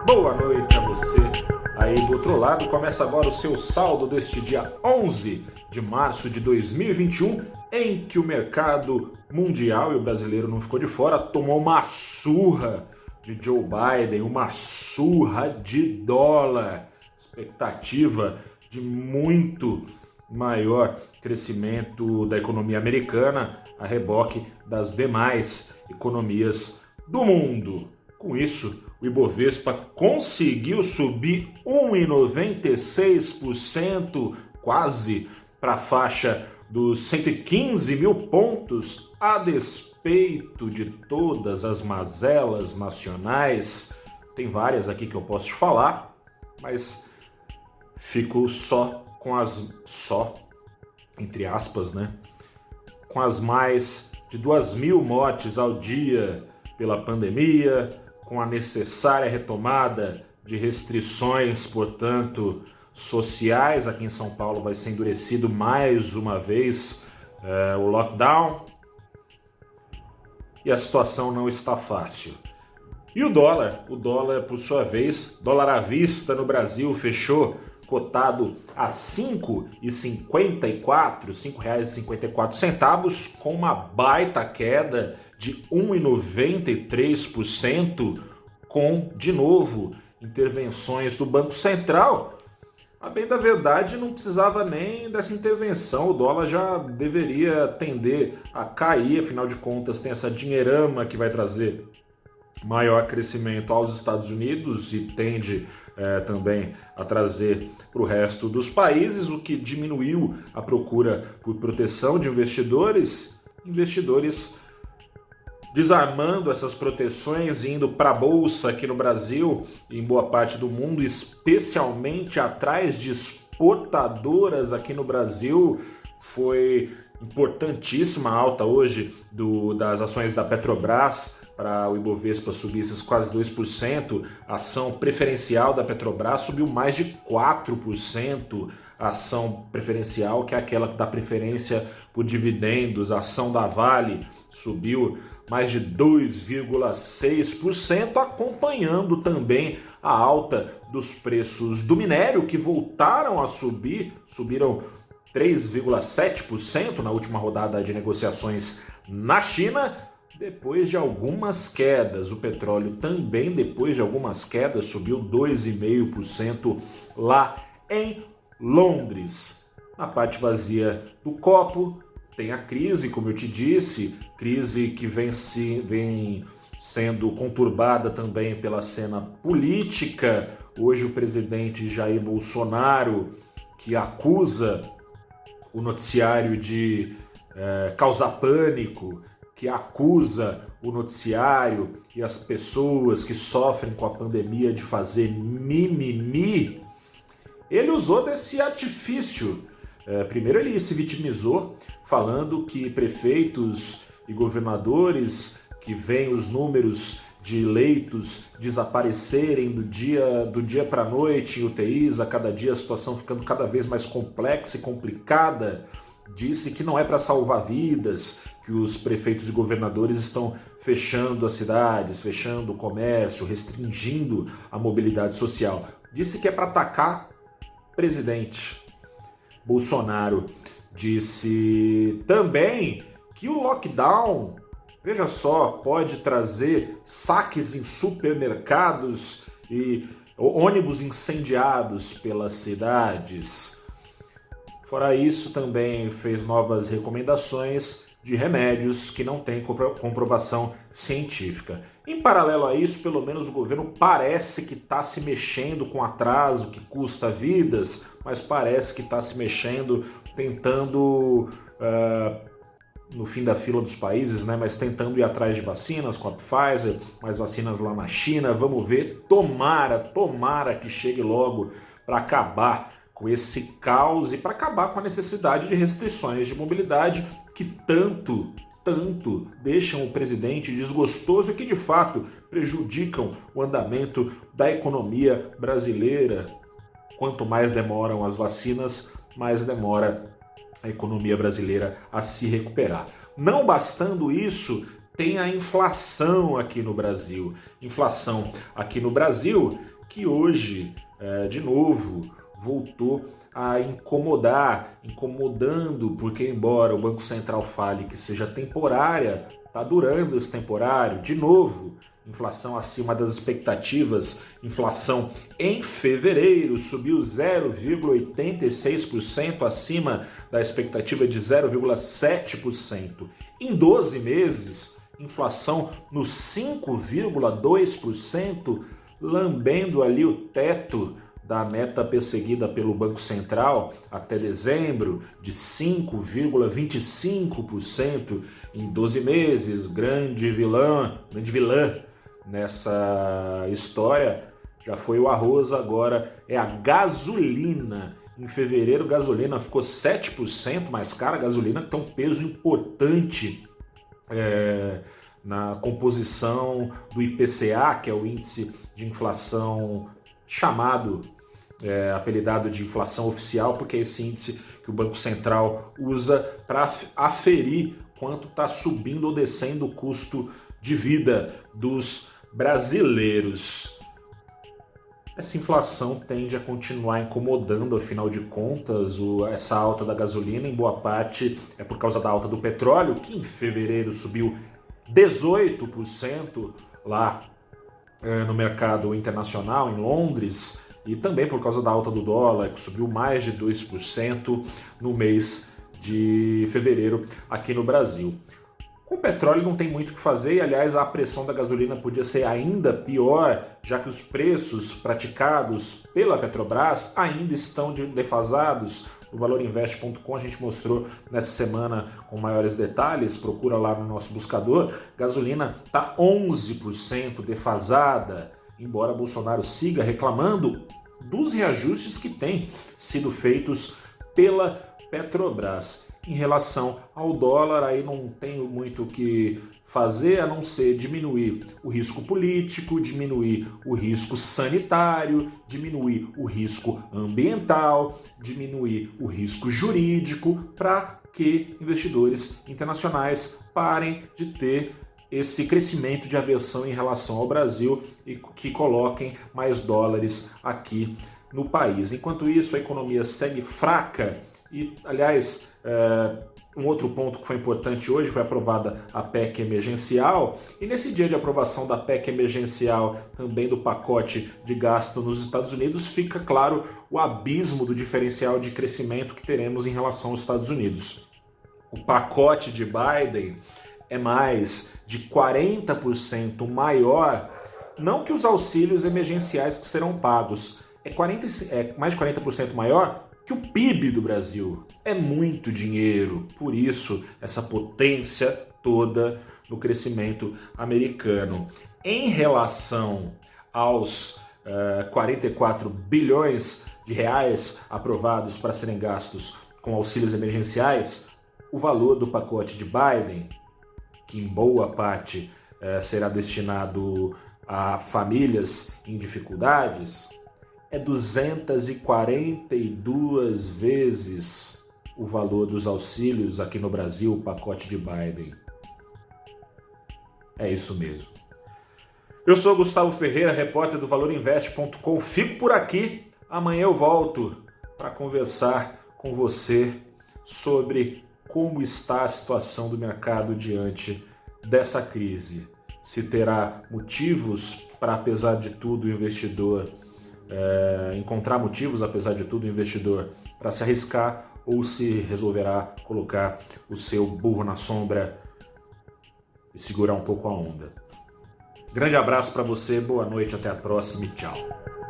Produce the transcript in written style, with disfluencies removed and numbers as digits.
Boa noite a você aí do outro lado. Começa agora o seu saldo deste dia 11 de março de 2021, em que o mercado mundial, e o brasileiro não ficou de fora, tomou uma surra de Joe Biden, uma surra de dólar, expectativa de muito maior crescimento da economia americana a reboque das demais economias do mundo. Com isso, o Ibovespa conseguiu subir 1,96%, quase para a faixa dos 115 mil pontos, a despeito de todas as mazelas nacionais. Tem várias aqui que eu posso te falar, mas fico entre aspas, né? Com as mais de 2.000 mortes ao dia pela pandemia, com a necessária retomada de restrições, portanto, sociais. Aqui em São Paulo vai ser endurecido mais uma vez o lockdown. E a situação não está fácil. E o dólar, por sua vez, dólar à vista no Brasil fechou cotado a R$ 5,54, com uma baita queda de 1,93%, com, de novo, intervenções do Banco Central. A bem da verdade, não precisava nem dessa intervenção, o dólar já deveria tender a cair, afinal de contas tem essa dinheirama que vai trazer maior crescimento aos Estados Unidos e tende também a trazer para o resto dos países, o que diminuiu a procura por proteção de investidores desarmando essas proteções e indo para a bolsa aqui no Brasil e em boa parte do mundo, especialmente atrás de exportadoras aqui no Brasil. Foi importantíssima a alta hoje das ações da Petrobras, para o Ibovespa subir esses quase 2%, a ação preferencial da Petrobras subiu mais de 4%, a ação preferencial, que é aquela que dá preferência por dividendos, a ação da Vale subiu mais de 2,6%, acompanhando também a alta dos preços do minério, que voltaram a subir, subiram 3,7% na última rodada de negociações na China, depois de algumas quedas. O petróleo também, depois de algumas quedas, subiu 2,5% lá em Londres. Na parte vazia do copo tem a crise, como eu te disse, crise que vem sendo conturbada também pela cena política. Hoje o presidente Jair Bolsonaro, que acusa o noticiário de causar pânico, que acusa o noticiário e as pessoas que sofrem com a pandemia de fazer mimimi, ele usou desse artifício. Primeiro ele se vitimizou, falando que prefeitos e governadores que veem os números de leitos desaparecerem do dia para a noite em UTIs, a cada dia a situação ficando cada vez mais complexa e complicada. Disse que não é para salvar vidas, que os prefeitos e governadores estão fechando as cidades, fechando o comércio, restringindo a mobilidade social. Disse que é para atacar o presidente. Bolsonaro disse também que o lockdown, veja só, pode trazer saques em supermercados e ônibus incendiados pelas cidades. Fora isso, também fez novas recomendações de remédios que não têm comprovação científica. Em paralelo a isso, pelo menos o governo parece que está se mexendo com atraso que custa vidas, mas parece que está se mexendo, tentando, no fim da fila dos países, né, mas tentando ir atrás de vacinas com a Pfizer, mais vacinas lá na China. Vamos ver, tomara que chegue logo para acabar com esse caos e para acabar com a necessidade de restrições de mobilidade que tanto deixam o presidente desgostoso e que de fato prejudicam o andamento da economia brasileira. Quanto mais demoram as vacinas, mais demora a economia brasileira a se recuperar. Não bastando isso, tem a inflação aqui no Brasil. Inflação aqui no Brasil que hoje, de novo, voltou a incomodando, porque embora o Banco Central fale que seja temporária, está durando esse temporário, de novo, inflação acima das expectativas, inflação em fevereiro subiu 0,86% acima da expectativa de 0,7%. Em 12 meses, inflação nos 5,2%, lambendo ali o teto da meta perseguida pelo Banco Central até dezembro de 5,25% em 12 meses. Grande vilã nessa história já foi o arroz, agora é a gasolina. Em fevereiro, gasolina ficou 7% mais cara. A gasolina tem um peso importante na composição do IPCA, que é o índice de inflação apelidado de inflação oficial, porque é esse índice que o Banco Central usa para aferir quanto está subindo ou descendo o custo de vida dos brasileiros. Essa inflação tende a continuar incomodando, afinal de contas, essa alta da gasolina, em boa parte, é por causa da alta do petróleo, que em fevereiro subiu 18% lá no mercado internacional, em Londres, e também por causa da alta do dólar, que subiu mais de 2% no mês de fevereiro aqui no Brasil. Com o petróleo não tem muito o que fazer, e aliás a pressão da gasolina podia ser ainda pior, já que os preços praticados pela Petrobras ainda estão defasados. O valorinvest.com a gente mostrou nessa semana com maiores detalhes, procura lá no nosso buscador. Gasolina está 11% defasada, embora Bolsonaro siga reclamando dos reajustes que têm sido feitos pela Petrobras. Em relação ao dólar, aí não tenho muito o que fazer a não ser diminuir o risco político, diminuir o risco sanitário, diminuir o risco ambiental, diminuir o risco jurídico, para que investidores internacionais parem de ter esse crescimento de aversão em relação ao Brasil e que coloquem mais dólares aqui no país. Enquanto isso, a economia segue fraca. E, aliás, um outro ponto que foi importante hoje, foi aprovada a PEC emergencial, e nesse dia de aprovação da PEC emergencial, também do pacote de gasto nos Estados Unidos, fica claro o abismo do diferencial de crescimento que teremos em relação aos Estados Unidos. O pacote de Biden é mais de 40% maior, não que os auxílios emergenciais que serão pagos, é mais de 40% maior que o PIB do Brasil. É muito dinheiro, por isso essa potência toda no crescimento americano. Em relação aos 44 bilhões de reais aprovados para serem gastos com auxílios emergenciais, o valor do pacote de Biden, que em boa parte será destinado a famílias em dificuldades, é 242 vezes o valor dos auxílios aqui no Brasil, o pacote de Biden. É isso mesmo. Eu sou Gustavo Ferreira, repórter do valorinvest.com. Fico por aqui. Amanhã eu volto para conversar com você sobre como está a situação do mercado diante dessa crise. Se terá motivos para, apesar de tudo, o investidor encontrar motivos, apesar de tudo, o investidor para se arriscar, ou se resolverá colocar o seu burro na sombra e segurar um pouco a onda. Grande abraço para você, boa noite, até a próxima e tchau.